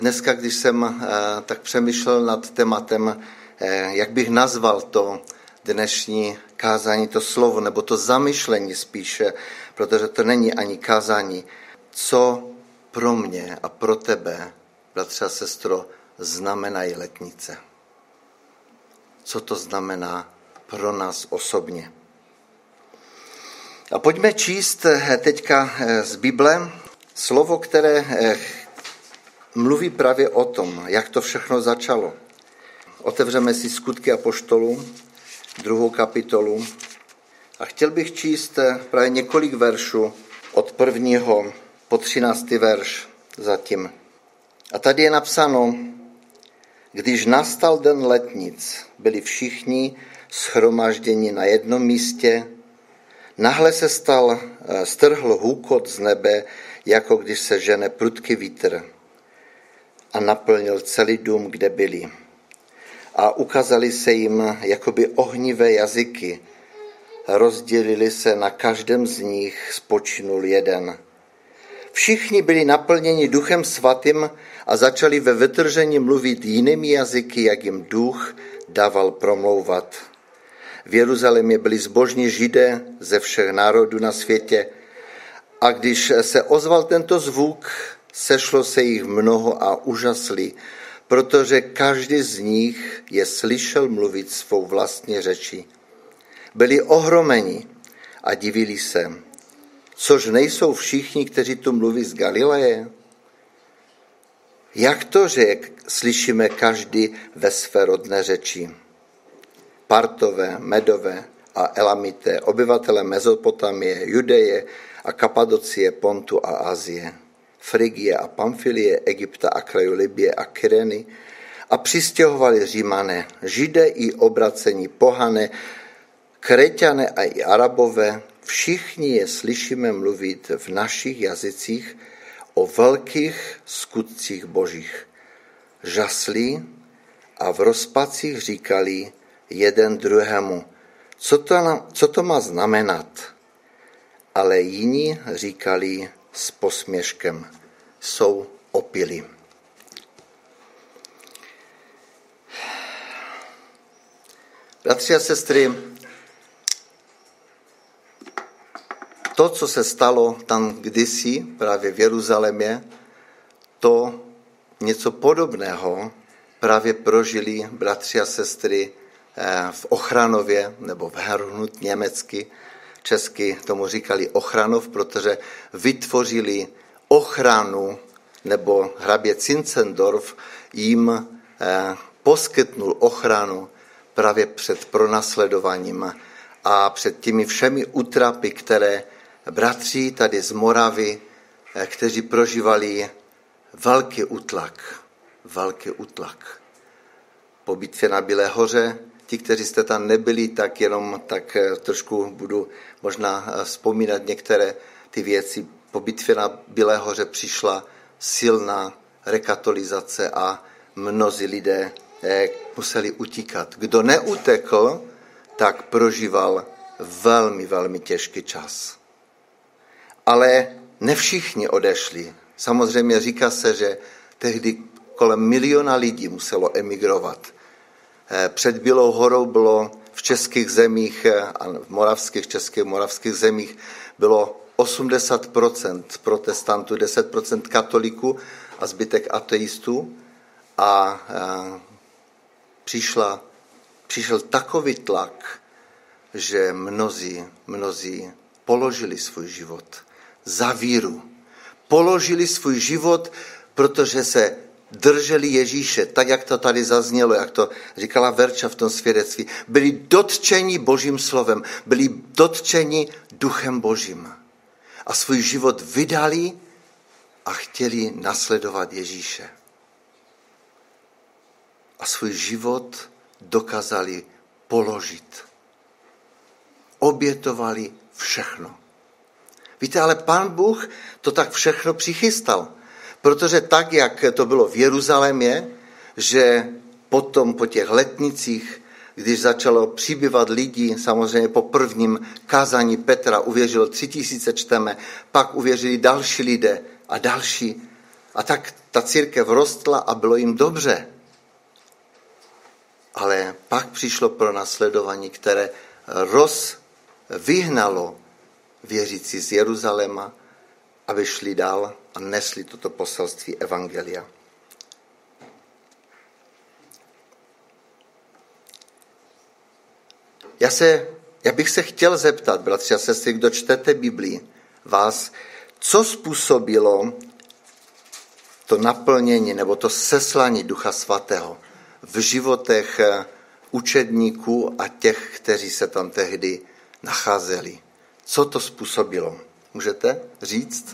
Dneska, když jsem tak přemýšlel nad tématem, jak bych nazval to dnešní kázání, to slovo, nebo to zamyšlení spíše, protože to není ani kázání, co pro mě a pro tebe, bratře a sestro, znamenají letnice. Co to znamená pro nás osobně. A pojďme číst teďka z Bible slovo, které mluví právě o tom, jak to všechno začalo. Otevřeme si Skutky apoštolů, 2. kapitolu. A chtěl bych číst právě několik veršů od 1. po 13. verš zatím. A tady je napsáno, když nastal den letnic, byli všichni shromážděni na jednom místě, nahle se strhl hůkot z nebe, jako když se žene prudký vítr, a naplnil celý dům, kde byli. A ukázali se jim jakoby ohnivé jazyky. Rozdělili se, na každém z nich spočinul jeden. Všichni byli naplněni Duchem Svatým a začali ve vytržení mluvit jinými jazyky, jak jim Duch dával promlouvat. V Jeruzalémě byli zbožní Židé ze všech národů na světě a když se ozval tento zvuk, sešlo se jich mnoho a úžasli, protože každý z nich je slyšel mluvit svou vlastní řečí. Byli ohromeni a divili se, což nejsou všichni, kteří tu mluví z Galileje? Jak to, že slyšíme každý ve své rodné řeči? Partové, Medové a Elamité, obyvatele Mezopotamie, Judeje a Kapadocie, Pontu a Asie, Frigie a Pamfilie, Egypta a kraju Libye a Kyreny a přistěhovali Římané, Židé i obracení Pohané, Kreťané a i Arabové, všichni je slyšíme mluvit v našich jazycích o velkých skutcích božích. Žasli a v rozpacích říkali jeden druhému, co to má znamenat? Ale jiní říkali s posměškem, jsou opilí. Bratři a sestry, to, co se stalo tam kdysi, právě v Jeruzalémě, to něco podobného právě prožili bratři a sestry v Ochranově, nebo v Herrnhut německy, česky tomu říkali Ochranov, protože vytvořili ochranu, nebo hrabě Zinzendorf jim poskytnul ochranu právě před pronásledováním a před těmi všemi útrapy, které bratři tady z Moravy, kteří prožívali velký útlak. Po bitvě na Bílé hoře, ti, kteří jste tam nebyli, tak jenom tak trošku budu možná vzpomínat některé ty věci. Po bitvě na Bílé hoře přišla silná rekatolizace a mnozí lidé museli utíkat. Kdo neutekl, tak prožíval velmi, velmi těžký čas. Ale ne všichni odešli. Samozřejmě říká se, že tehdy kolem 1 miliona lidí muselo emigrovat. Před Bílou horou bylo v českých zemích, a v českých moravských zemích bylo 80% protestantů, 10% katolíků a zbytek ateistů. A přišel takový tlak, že mnozí položili svůj život za víru. Položili svůj život, protože se drželi Ježíše, tak jak to tady zaznělo, jak to říkala Verča v tom svědectví. Byli dotčeni Božím slovem, byli dotčeni Duchem Božím. A svůj život vydali a chtěli nasledovat Ježíše. A svůj život dokázali položit. Obětovali všechno. Víte, ale Pán Bůh to tak všechno přichystal. Protože tak, jak to bylo v Jeruzalémě, že potom po těch letnicích, když začalo přibývat lidí, samozřejmě po prvním kázání Petra uvěřilo 3000 čteme, pak uvěřili další lidé a další. A tak ta církev rostla a bylo jim dobře. Ale pak přišlo pronásledování, které vyhnalo věřící z Jeruzaléma, aby šli dál a nesli toto poselství evangelia. Já bych se chtěl zeptat, bratři a sestry, kdo čtete Biblii, vás, co způsobilo to naplnění nebo to seslání Ducha Svatého v životech učedníků a těch, kteří se tam tehdy nacházeli. Co to způsobilo? Můžete říct?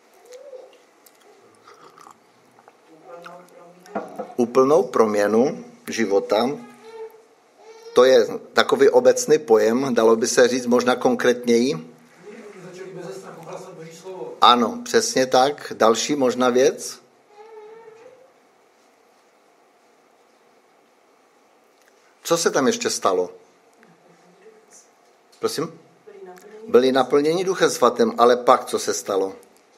Úplnou proměnu života. To je takový obecný pojem, dalo by se říct možná konkrétněji. Ano, přesně tak. Další možná věc. Co se tam ještě stalo? Prosím? Byli naplněni Duchem Svatým, ale pak co se stalo?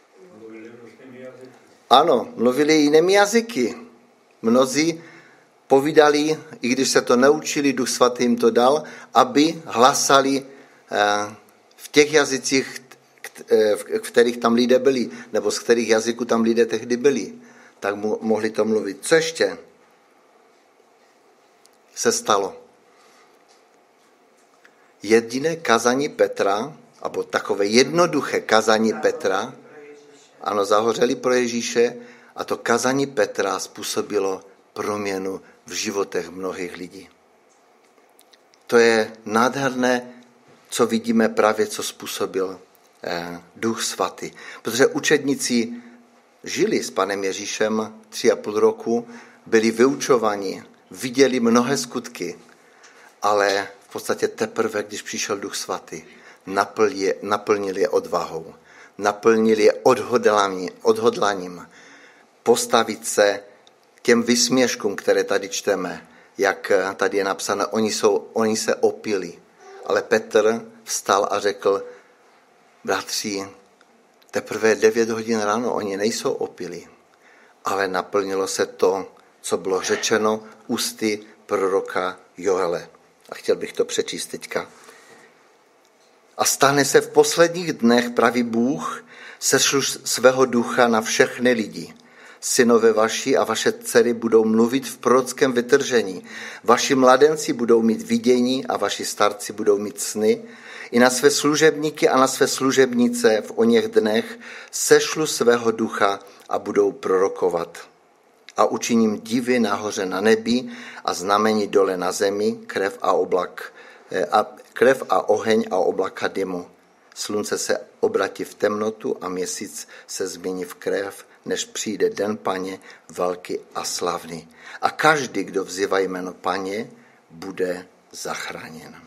Ano, mluvili jinými jazyky. Mnozí povídali, i když se to neučili, Duch Svatý jim to dal, aby hlasali v těch jazycích, v kterých tam lidé byli, nebo z kterých jazyků tam lidé tehdy byli. Tak mohli to mluvit. Co ještě se stalo? Jediné kazání Petra, nebo takové jednoduché kazání Petra, ano, zahořeli pro Ježíše, a to kazání Petra způsobilo proměnu v životech mnohých lidí. To je nádherné, co vidíme právě, co způsobil Duch Svatý. Protože učedníci žili s Panem Ježíšem 3,5 roku, byli vyučovaní, viděli mnohé skutky, ale v podstatě teprve, když přišel Duch Svatý, naplnil je odvahou, naplnil je odhodláním postavit se těm vysměškům, které tady čteme, jak tady je napsáno, oni se opili. Ale Petr vstal a řekl, bratři, teprve 9 hodin ráno, oni nejsou opili, ale naplnilo se to, co bylo řečeno ústy proroka Joele. A chtěl bych to přečíst teďka. A stane se v posledních dnech, praví Bůh, sešlu svého ducha na všechny lidi. Synové vaši a vaše dcery budou mluvit v prorockém vytržení. Vaši mladenci budou mít vidění a vaši starci budou mít sny. I na své služebníky a na své služebnice v oněch dnech sešlu svého ducha a budou prorokovat. A učiním divy nahoře na nebi a znamení dole na zemi, krev a oheň a oblaka dymu. Slunce se obratí v temnotu a měsíc se změní v krev, než přijde den Paně velký a slavný. A každý, kdo vzývá jméno Paně, bude zachráněn.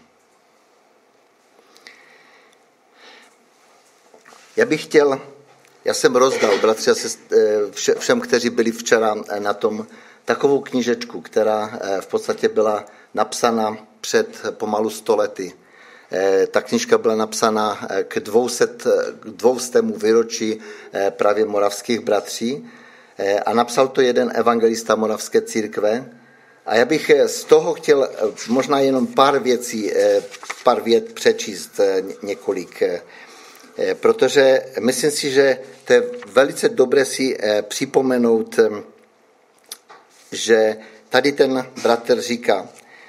Já jsem rozdal, bratři a všem, kteří byli včera na tom, takovou knížečku, která v podstatě byla napsána před pomalu 100 lety. Ta knížka byla napsána k 200. výročí právě moravských bratří a napsal to jeden evangelista moravské církve. A já bych z toho chtěl možná jenom pár vět přečíst několik, protože myslím si, že to je velice dobré si připomenout, že tady ten bratr říká,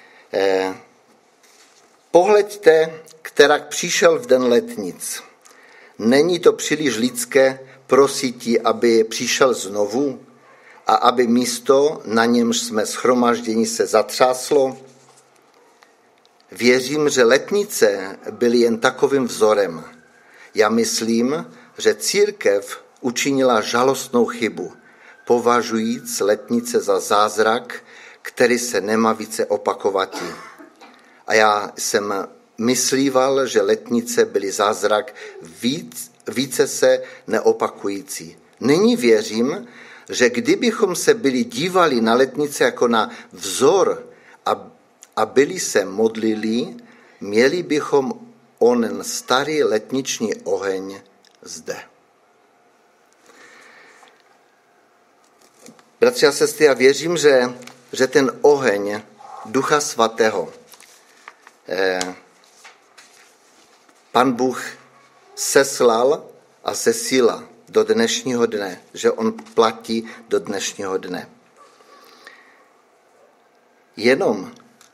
pohleďte, kterak přišel v den letnic. Není to příliš lidské prosití, aby přišel znovu a aby místo, na němž jsme shromážděni, se zatřáslo? Věřím, že letnice byly jen takovým vzorem. Já myslím, že církev učinila žalostnou chybu, považujíc letnice za zázrak, který se nemá více opakovat. A já jsem myslíval, že letnice byly zázrak více se neopakující. Nyní věřím, že kdybychom se byli dívali na letnice jako na vzor a byli se modlili, měli bychom onen starý letniční oheň zde. Bratři a sestry, já věřím, že ten oheň Ducha Svatého Pan Bůh seslal a zesílá do dnešního dne, že on platí do dnešního dne. Jenom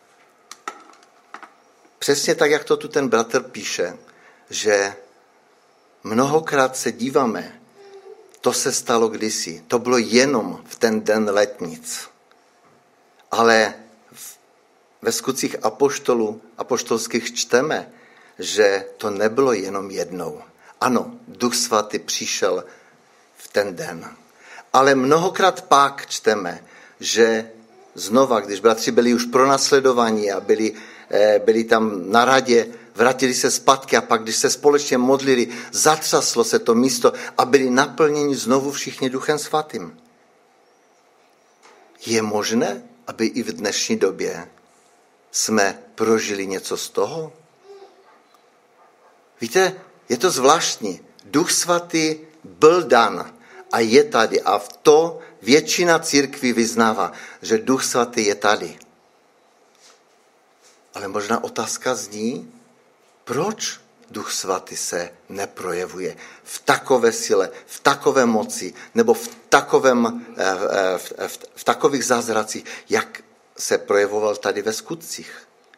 přesně tak, jak to tu ten bratr píše, že mnohokrát se díváme, to se stalo kdysi, to bylo jenom v ten den letnic. Ale ve skutcích apoštolských čteme, že to nebylo jenom jednou. Ano, Duch Svatý přišel v ten den. Ale mnohokrát pak čteme, že znova, když bratři byli už pronásledovaní a byli tam na radě, vrátili se zpátky a pak, když se společně modlili, zatřaslo se to místo a byli naplněni znovu všichni Duchem Svatým. Je možné, aby i v dnešní době jsme prožili něco z toho? Víte, je to zvláštní. Duch Svatý byl dan a je tady. A v to většina církví vyznává, že Duch Svatý je tady. Ale možná otázka zní, proč Duch Svatý se neprojevuje v takové sile, v takové moci, nebo v takových zázracích, jak se projevoval tady ve skutcích.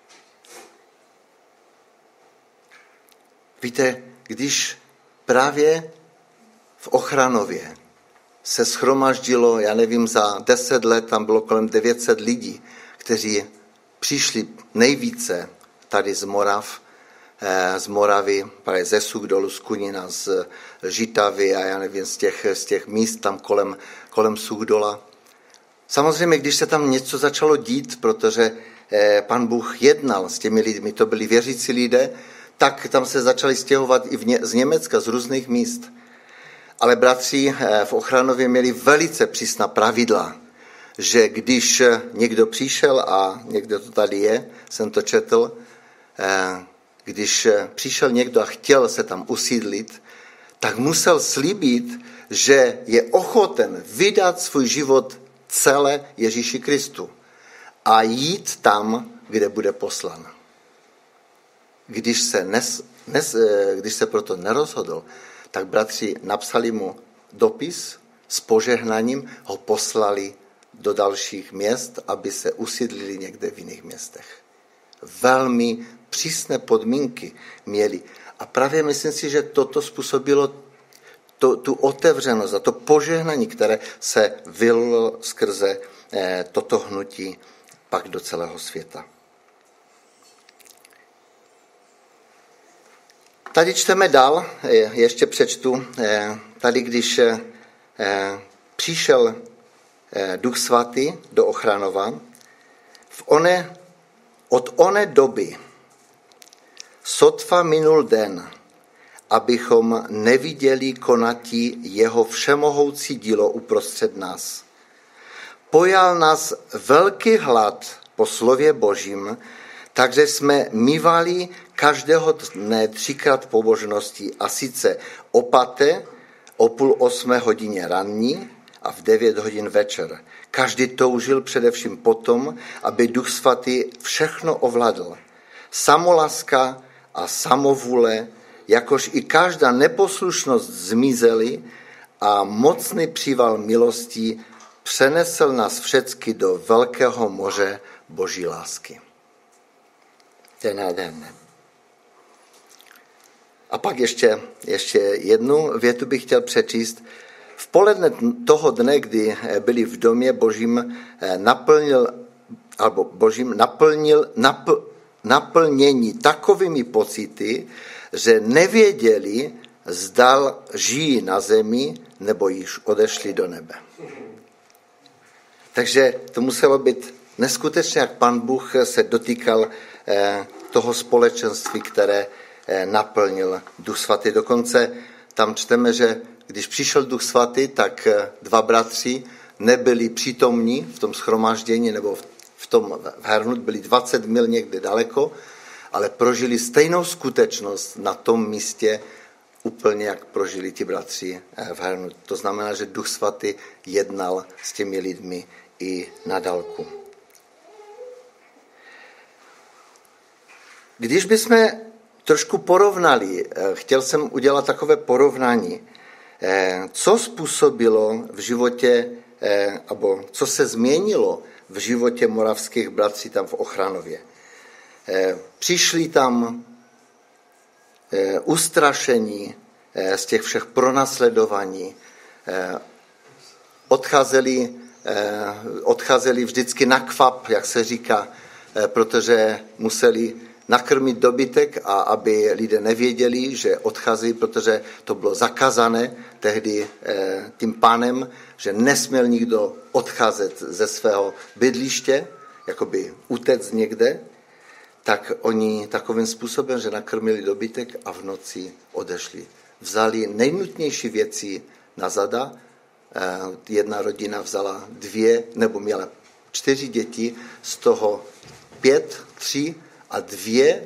Víte, když právě v Ochranově se shromaždilo, já nevím, za 10 let tam bylo kolem 900 lidí, kteří přišli nejvíce tady z Moravy, právě ze Suchdolu, z Kunina, z Žitavy a já nevím, z těch míst tam kolem Suchdola. Samozřejmě, když se tam něco začalo dít, protože Pan Bůh jednal s těmi lidmi, to byli věřící lidé, tak tam se začali stěhovat i z Německa, z různých míst. Ale bratři v Ochranově měli velice přísná pravidla, že když někdo přišel, a někdo to tady je, jsem to četl, když přišel někdo a chtěl se tam usídlit, tak musel slíbit, že je ochoten vydat svůj život celé Ježíši Kristu a jít tam, kde bude poslan. Když se proto nerozhodl, tak bratři napsali mu dopis s požehnáním, ho poslali do dalších měst, aby se usídlili někde v jiných městech. Velmi přísné podmínky měli. A právě myslím si, že toto způsobilo tu otevřenost a to požehnání, které se vylilo skrze toto hnutí pak do celého světa. Tady čteme dál, ještě přečtu, tady když přišel Duch Svatý do Ochranova, od oné doby sotva minul den, abychom neviděli konatí jeho všemohoucí dílo uprostřed nás. Pojal nás velký hlad po slově Božím, takže jsme mívali každého dne 3krát pobožnosti, a sice o 5, o 7:30 ranní a v 9 hodin večer. Každý toužil především potom, aby Duch Svatý všechno ovládl. Samoláska a samovůle, jakož i každá neposlušnost zmizely a mocný příval milostí přenesl nás všechny do velkého moře Boží lásky. To je nádherné. A pak ještě jednu větu bych chtěl přečíst. V poledne toho dne, kdy byli v domě Božím, naplnění takovými pocity, že nevěděli, zdal žijí na zemi, nebo již odešli do nebe. Takže to muselo být neskutečně, jak Pan Bůh se dotýkal toho společenství, které naplnil Duch Svatý. Dokonce tam čteme, že když přišel Duch Svatý, tak 2 bratři nebyli přítomní v tom shromáždění nebo v Hernu, byli 20 mil někde daleko, ale prožili stejnou skutečnost na tom místě úplně jak prožili ti bratři v Hernu. To znamená, že Duch Svatý jednal s těmi lidmi i na dálku. Když bychom trošku porovnali, chtěl jsem udělat takové porovnání, co způsobilo v životě, nebo co se změnilo v životě moravských bratří tam v Ochranově. Přišli tam ustrašení z těch všech pronásledování, odcházeli vždycky na kvap, jak se říká, protože museli nakrmit dobytek a aby lidé nevěděli, že odcházejí, protože to bylo zakázané tehdy tím pánem, že nesměl nikdo odcházet ze svého bydliště, jakoby utéct někde, tak oni takovým způsobem, že nakrmili dobytek a v noci odešli. Vzali nejnutnější věci na zada. Jedna rodina vzala 2, nebo měla 4 děti, z toho 5, 3 a 2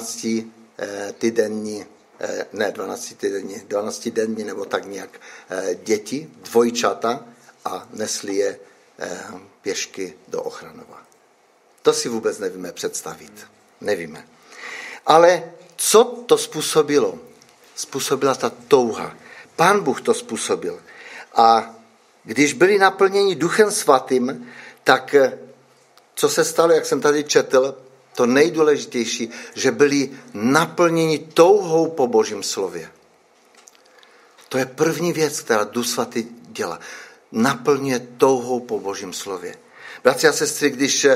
12denní nebo tak nějak děti, dvojčata a nesli je pěšky do Ochranova. To si vůbec nevíme představit. Nevíme. Ale co to způsobilo? Způsobila ta touha. Pán Bůh to způsobil. A když byli naplněni Duchem Svatým, tak co se stalo, jak jsem tady četl, to nejdůležitější, že byli naplněni touhou po Božím slově. To je první věc, která Duch Svatý dělá. Naplňuje touhou po Božím slově. Bratři a sestry, když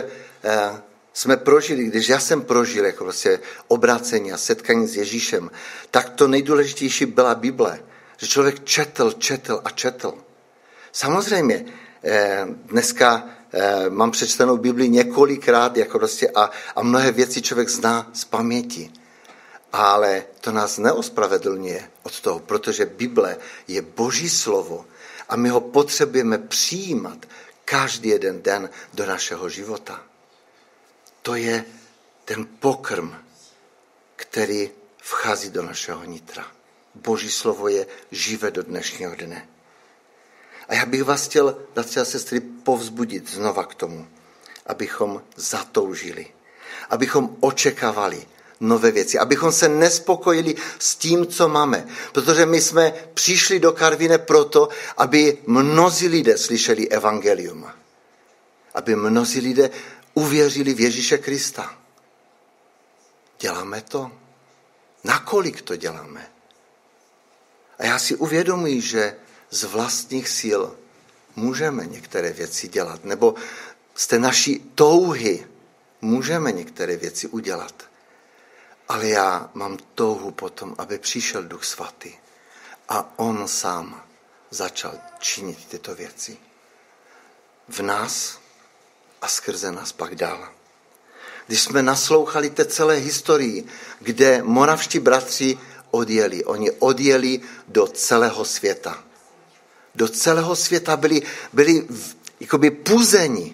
když já jsem prožil jako prostě obrácení a setkání s Ježíšem, tak to nejdůležitější byla Bible. Že člověk četl. Samozřejmě, dneska mám přečtenou Bibli několikrát jako prostě a mnohé věci člověk zná z paměti. Ale to nás neospravedlňuje od toho, protože Bible je Boží slovo a my ho potřebujeme přijímat každý jeden den do našeho života. To je ten pokrm, který vchází do našeho nitra. Boží slovo je živé do dnešního dne. A já bych vás chtěl, bratři a sestry, povzbudit znova k tomu, abychom zatoužili, abychom očekávali nové věci, abychom se nespokojili s tím, co máme. Protože my jsme přišli do Karviné proto, aby mnozí lidé slyšeli evangelium. Aby mnozí lidé uvěřili v Ježíše Krista. Děláme to? Nakolik to děláme? A já si uvědomuji, že z vlastních sil můžeme některé věci dělat, nebo z té naší touhy můžeme některé věci udělat. Ale já mám touhu potom, aby přišel Duch Svatý a on sám začal činit tyto věci. V nás a skrze nás pak dál. Když jsme naslouchali té celé historii, kde moravští bratři odjeli, oni odjeli do celého světa. Do celého světa byli jakoby puzeni.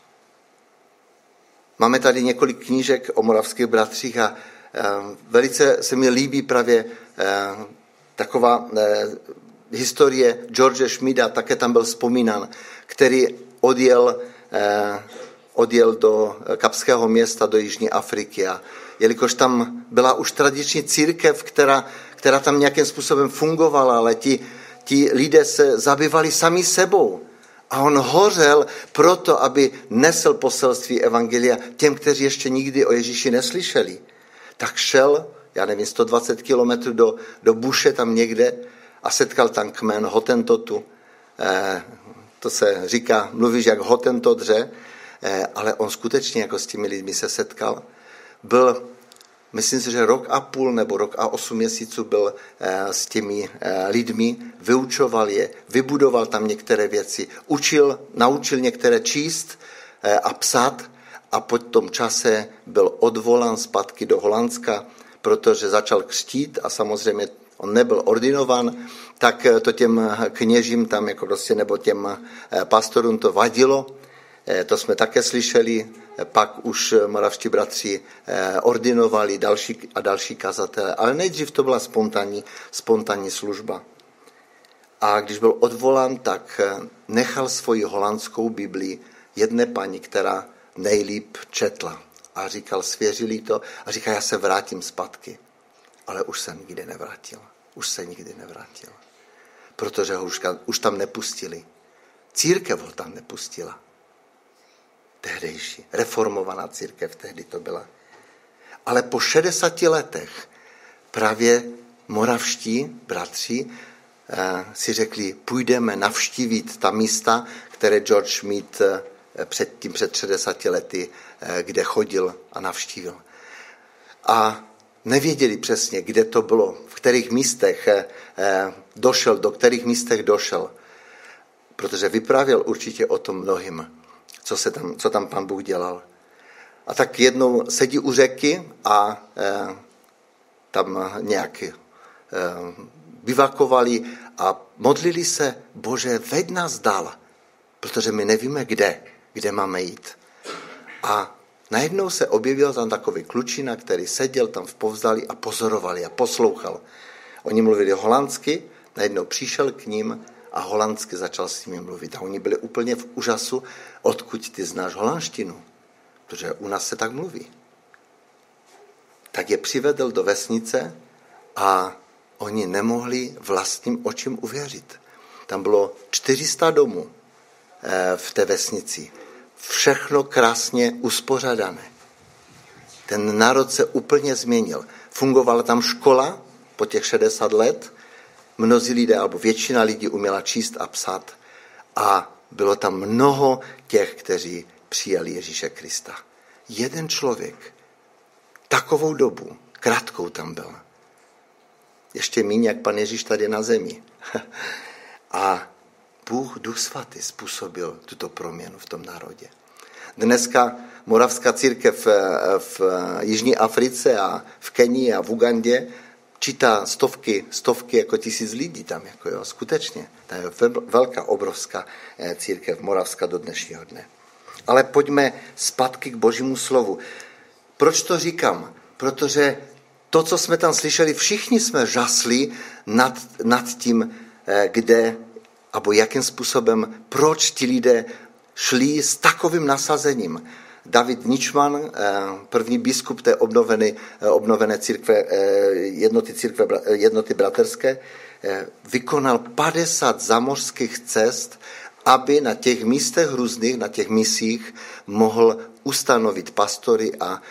Máme tady několik knížek o moravských bratřích a velice se mi líbí právě taková historie George Schmida, také tam byl vzpomínán, který odjel do Kapského města, do Jižní Afriky. A jelikož tam byla už tradiční církev, která tam nějakým způsobem fungovala, ale ti lidé se zabývali sami sebou. A on hořel proto, aby nesl poselství evangelia těm, kteří ještě nikdy o Ježíši neslyšeli. Tak šel, 120 kilometrů do buše tam někde a setkal tam kmen Hotentotu. To se říká, mluvíš jak Hotentotře, ale on skutečně jako s těmi lidmi se setkal. Byl, myslím si, že 1,5 roku nebo 1 rok a 8 měsíců byl s těmi lidmi, vyučoval je, vybudoval tam některé věci, naučil některé číst a psát a po tom čase byl odvolán zpátky do Holandska, protože začal křtít a samozřejmě on nebyl ordinovan, tak to těm kněžím tam jako prostě, nebo těm pastorům to vadilo. To jsme také slyšeli pak už moravští bratři ordinovali další a další kazatele, ale nejdřív to byla spontánní služba. A když byl odvolán, tak nechal svoji holandskou Biblii jedné paní, která nejlíp četla. A říkal, svěřili to a říká, já se vrátím zpátky. Ale už se nikdy nevrátil. Protože ho už tam nepustili. Církev ho tam nepustila. Tehdejší, reformovaná církev tehdy to byla. Ale po 60 letech právě moravští bratři si řekli, půjdeme navštívit ta místa, které George Mead před 60 lety, kde chodil a navštívil. A nevěděli přesně, kde to bylo, v kterých místech došel, do kterých místech došel, protože vyprávěl určitě o tom mnohým, co tam Pán Bůh dělal. A tak jednou sedí u řeky a tam nějak bivakovali a modlili se, Bože, veď nás dál, protože my nevíme, kde máme jít. A najednou se objevil tam takový klučina, který seděl tam v povzdálí a pozorovali a poslouchal. Oni mluvili holandsky, najednou přišel k ním a holandsky začal s nimi mluvit. A oni byli úplně v úžasu, odkud ty znáš holandštinu, protože u nás se tak mluví. Tak je přivedl do vesnice a oni nemohli vlastním očím uvěřit. Tam bylo 400 domů v té vesnici. Všechno krásně uspořádané. Ten národ se úplně změnil. Fungovala tam škola po těch 60 let. Mnozí lidé, alebo většina lidí uměla číst a psát. A bylo tam mnoho těch, kteří přijali Ježíše Krista. Jeden člověk takovou dobu, krátkou tam byl. Ještě míň, jak Pan Ježíš tady na zemi. A Bůh, Duch Svatý, způsobil tuto proměnu v tom národě. Dneska moravská církev v Jižní Africe a v Kenii a v Ugandě čítá stovky jako 1000 lidí tam, jako jo, skutečně. To je velká, obrovská církev moravská do dnešního dne. Ale pojďme zpátky k Božímu slovu. Proč to říkám? Protože to, co jsme tam slyšeli, všichni jsme žasli nad tím, kde, abo jakým způsobem, proč ti lidé šli s takovým nasazením. David Ničman, první biskup té obnovené církve, jednoty bratrské, vykonal 50 zamořských cest, aby na těch místech různých, na těch misích mohl ustanovit pastory a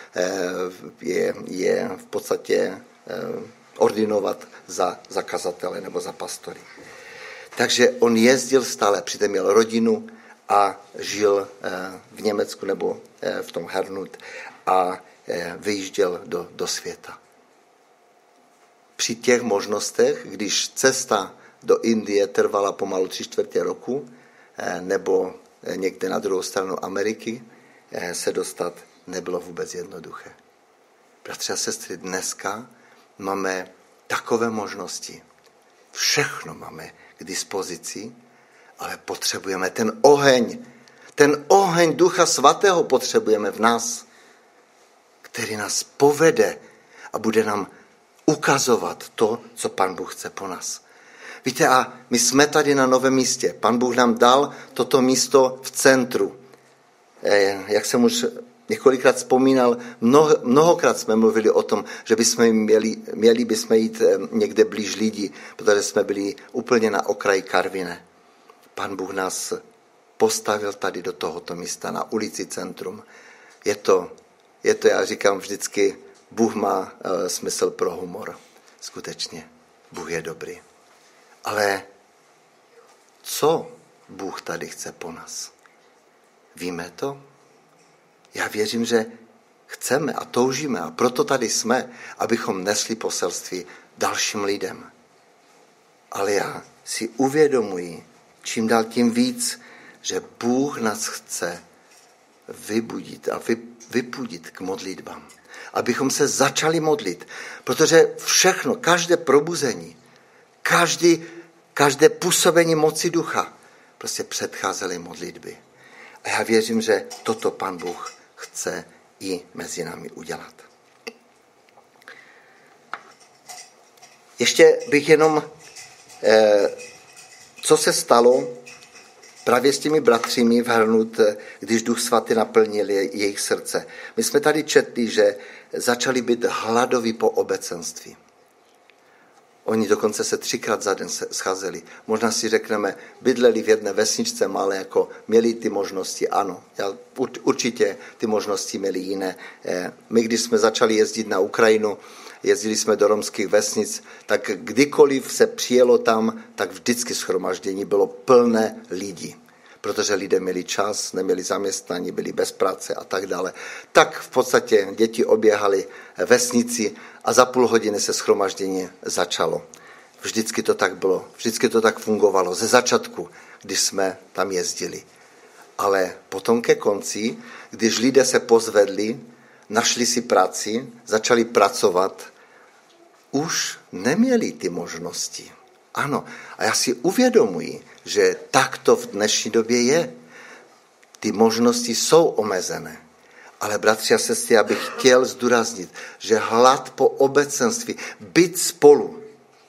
je v podstatě ordinovat za kazatele nebo za pastory. Takže on jezdil stále, přitom měl rodinu a žil v Německu nebo v tom Hernut a vyjížděl do světa. Při těch možnostech, když cesta do Indie trvala pomalu 3/4 roku, nebo někde na druhou stranu Ameriky, se dostat nebylo vůbec jednoduché. Bratři a sestry, dneska máme takové možnosti. Všechno máme k dispozici, ale potřebujeme ten oheň Ducha Svatého potřebujeme v nás, který nás povede a bude nám ukazovat to, co Pan Bůh chce po nás. Víte, a my jsme tady na novém místě. Pan Bůh nám dal toto místo v centru. Jak jsem už několikrát vzpomínal, mnohokrát jsme mluvili o tom, že bychom měli jít někde blíž lidí, protože jsme byli úplně na okraji Karviné. Pan Bůh nás postavil tady do tohoto místa, na ulici Centrum. Je to, já říkám vždycky, Bůh má smysl pro humor. Skutečně, Bůh je dobrý. Ale co Bůh tady chce po nás? Víme to? Já věřím, že chceme a toužíme a proto tady jsme, abychom nesli poselství dalším lidem. Ale já si uvědomuji, čím dál tím víc, že Bůh nás chce vybudit a vypudit k modlitbám. Abychom se začali modlit, protože všechno, každé probuzení, každé působení moci ducha prostě předcházely modlitby. A já věřím, že toto Pan Bůh chce chce i mezi námi udělat. Ještě bych jenom, co se stalo právě s těmi bratřími vhrnut, když Duch Svatý naplnil jejich srdce. My jsme tady četli, že začali být hladoví po obecenství. Oni dokonce se 3krát za den scházeli. Možná si řekneme, bydleli v jedné vesničce malé, jako měli ty možnosti. Ano, určitě ty možnosti měli jiné. My, když jsme začali jezdit na Ukrajinu, jezdili jsme do romských vesnic, tak kdykoliv se přijelo tam, tak vždycky shromaždění bylo plné lidí. Protože lidé měli čas, neměli zaměstnání, byli bez práce a tak dále. Tak v podstatě děti oběhali vesnici a za půl hodiny se shromaždění začalo. Vždycky to tak bylo, vždycky to tak fungovalo ze začátku, když jsme tam jezdili. Ale potom ke konci, když lidé se pozvedli, našli si práci, začali pracovat, už neměli ty možnosti. Ano, a já si uvědomuji, že tak to v dnešní době je. Ty možnosti jsou omezené. Ale bratři a sestry, já bych chtěl zdůraznit, že hlad po obecenství, být spolu,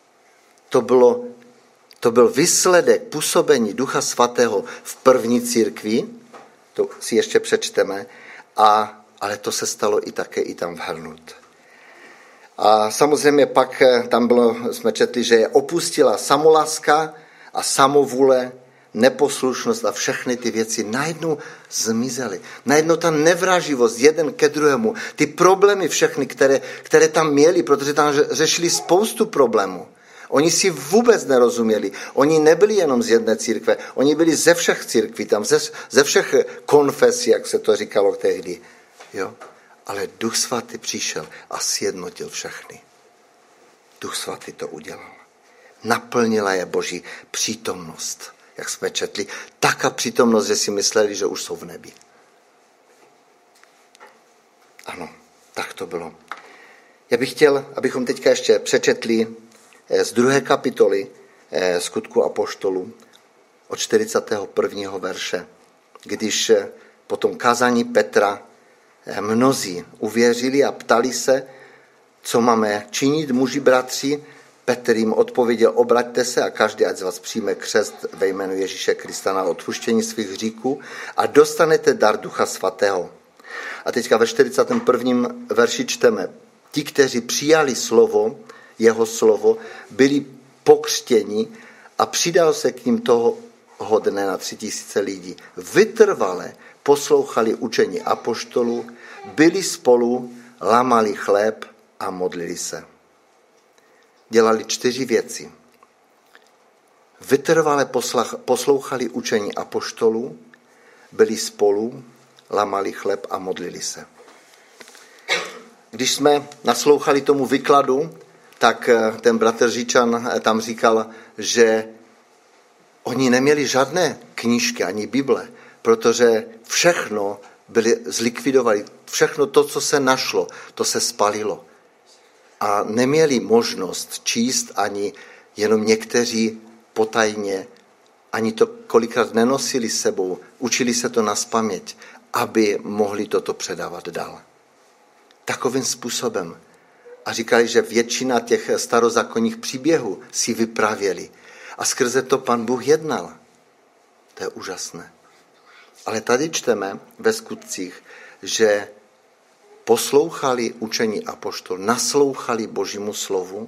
to byl výsledek působení Ducha Svatého v první církvi, to si ještě přečteme, ale to se stalo i také i tam v Hrnut. A samozřejmě pak tam jsme četli, že je opustila samoláska a samovůle, neposlušnost a všechny ty věci najednou zmizely. Najednou ta nevraživost jeden ke druhému, ty problémy všechny, které tam měli, protože tam řešili spoustu problémů. Oni si vůbec nerozuměli. Oni nebyli jenom z jedné církve, oni byli ze všech církví, tam ze všech konfesí, jak se to říkalo tehdy. Jo? Ale Duch Svatý přišel a sjednotil všechny. Duch Svatý to udělal. Naplnila je Boží přítomnost, jak jsme četli. Taká přítomnost, že si mysleli, že už jsou v nebi. Ano, tak to bylo. Já bych chtěl, abychom teďka ještě přečetli z 2. kapitoly Skutku apoštolů od 41. verše, když po tom kázání Petra mnozí uvěřili a ptali se, co máme činit, muži bratři. Petr jim odpověděl, obraťte se a každý ať z vás přijme křest ve jménu Ježíše Krista na odpuštění svých hříchů a dostanete dar Ducha Svatého. A teďka ve 41. verši čteme, ti, kteří přijali slovo, jeho slovo, byli pokřtěni a přidalo se k ním toho dne na 3000 lidí. Vytrvale poslouchali učení apoštolů, byli spolu, lámali chléb a modlili se. Dělali 4 věci. Vytrvale poslouchali učení apoštolů, byli spolu, lámali chléb a modlili se. Když jsme naslouchali tomu výkladu, tak ten bratr Říčan tam říkal, že oni neměli žádné knížky ani Bible, protože všechno byli zlikvidovali. Všechno to, co se našlo, to se spalilo. A neměli možnost číst ani jenom někteří potajně, ani to kolikrát nenosili s sebou, učili se to nazpaměť, aby mohli toto předávat dál. Takovým způsobem. A říkali, že většina těch starozákonních příběhů si vyprávěli. A skrze to Pan Bůh jednal. To je úžasné. Ale tady čteme ve Skutcích, že poslouchali učení apoštol, naslouchali Božímu slovu,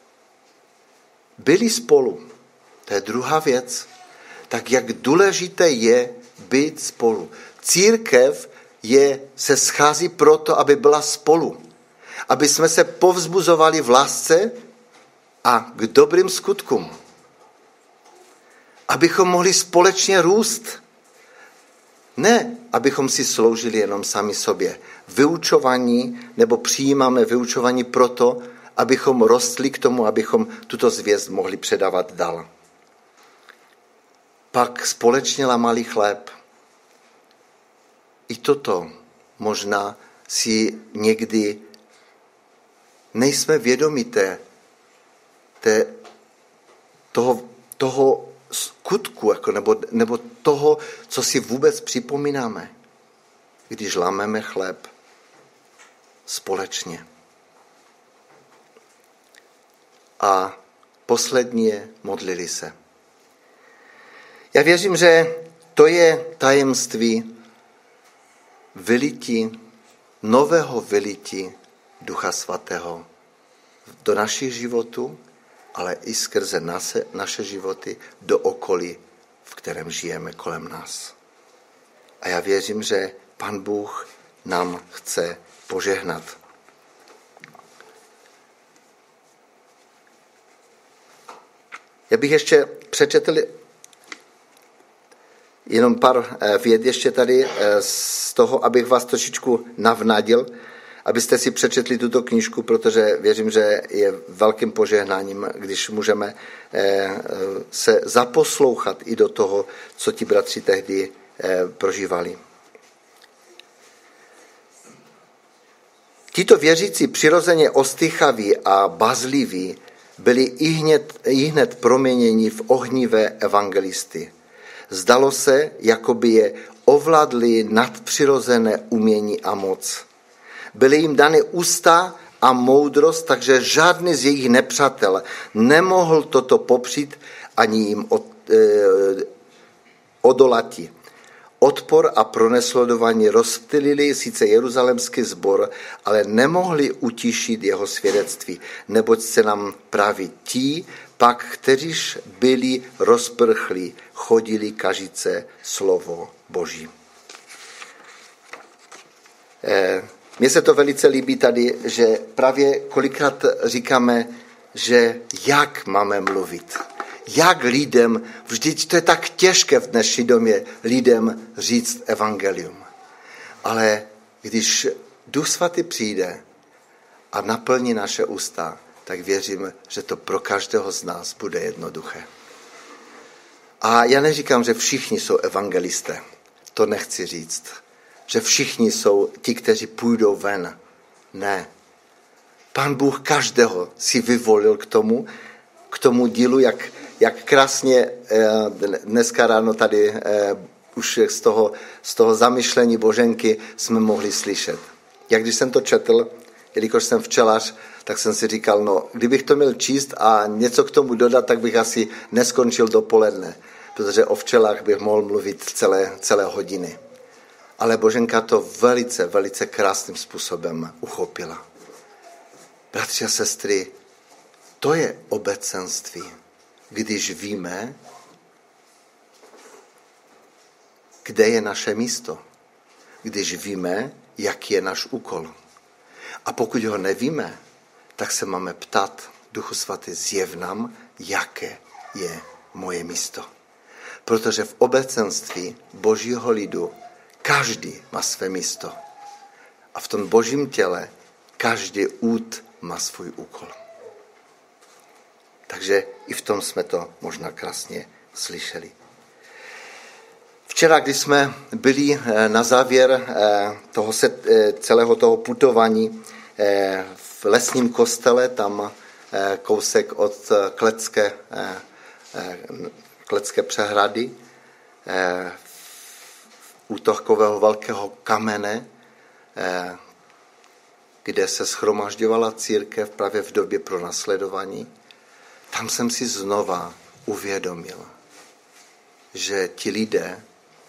byli spolu. To je druhá věc. Tak jak důležité je být spolu. Církev se schází proto, aby byla spolu. Aby jsme se povzbuzovali v lásce a k dobrým skutkům. Abychom mohli společně růst. Ne, abychom si sloužili jenom sami sobě. Vyučování nebo přijímáme vyučování proto, abychom rostli k tomu, abychom tuto zvěst mohli předávat dál. Pak společně lámali chléb. I toto možná si někdy nejsme vědomi toho skutku, nebo toho, co si vůbec připomínáme. když lámeme chléb společně. A posledně modlili se. Já věřím, že to je tajemství vylití, nového vylití Ducha Svatého do našich životů, ale i skrze naše životy do okolí, v kterém žijeme kolem nás. A já věřím, že Pan Bůh nám chce požehnat. Já bych ještě přečetl jenom pár vět ještě tady z toho, abych vás trošičku navnadil, abyste si přečetli tuto knížku, protože věřím, že je velkým požehnáním, když můžeme se zaposlouchat i do toho, co ti bratři tehdy prožívali. Tito věřící přirozeně ostýchaví a bazliví byli ihned proměněni v ohnivé evangelisty. Zdalo se, jako by je ovládli nadpřirozené umění a moc. Byly jim dány ústa a moudrost, takže žádný z jejich nepřátel nemohl toto popřít ani jim odolati. Odpor a pronásledování rozptylili sice jeruzalémský sbor, ale nemohli utišit jeho svědectví, neboť se nám právě ti, pak kteříž byli rozprchlí, chodili kažíce slovo Boží. Mně se to velice líbí tady, že právě kolikrát říkáme, že jak máme mluvit. Jak lidem, vždyť to je tak těžké v dnešní době lidem říct evangelium. Ale když Duch Svatý přijde a naplní naše ústa, tak věřím, že to pro každého z nás bude jednoduché. A já neříkám, že všichni jsou evangelisté. To nechci říct. Že všichni jsou ti, kteří půjdou ven. Ne. Pán Bůh každého si vyvolil k tomu dílu, jak krásně dneska ráno tady už z toho zamyšlení Boženky jsme mohli slyšet. Jak když jsem to četl, jelikož jsem včelař, tak jsem si říkal, no, kdybych to měl číst a něco k tomu dodat, tak bych asi neskončil dopoledne, protože o včelách bych mohl mluvit celé hodiny. Ale Boženka to velice, velice krásným způsobem uchopila. Bratři a sestry, to je obecenství, když víme, kde je naše místo, když víme, jaký je náš úkol. A pokud ho nevíme, tak se máme ptát, Duchu Svatý, zjev nám, jaké je moje místo. Protože v obecenství Božího lidu každý má své místo. A v tom Božím těle každý úd má svůj úkol. Takže i v tom jsme to možná krásně slyšeli. Včera, když jsme byli na závěr celého toho putování v lesním kostele, tam kousek od Kletské přehrady, u takového velkého kamene, kde se shromažďovala církev právě v době pronásledování, tam jsem si znova uvědomil, že ti lidé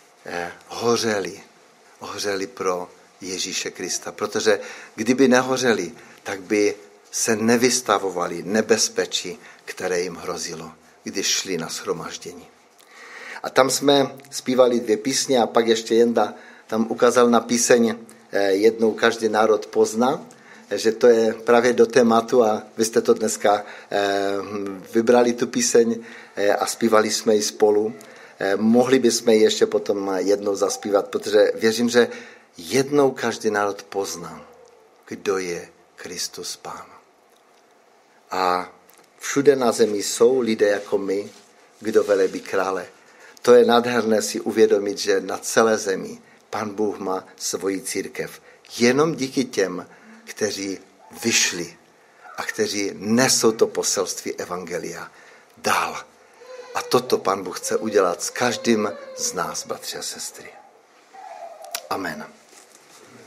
hořeli pro Ježíše Krista, protože kdyby nehořeli, tak by se nevystavovali nebezpečí, které jim hrozilo, když šli na shromaždění. A tam jsme zpívali 2 písně a pak ještě Jenda tam ukázal na píseň Jednou každý národ pozná, že to je právě do tématu a vy jste to dneska vybrali tu píseň a zpívali jsme ji spolu. Mohli bychom ji ještě potom jednou zaspívat, protože věřím, že jednou každý národ pozná, kdo je Kristus Pán. A všude na zemi jsou lidé jako my, kdo velebí krále. To je nádherné si uvědomit, že na celé zemi Pán Bůh má svoji církev. Jenom díky těm, kteří vyšli a kteří nesou to poselství evangelia dál. A toto Pán Bůh chce udělat s každým z nás, bratři a sestry. Amen.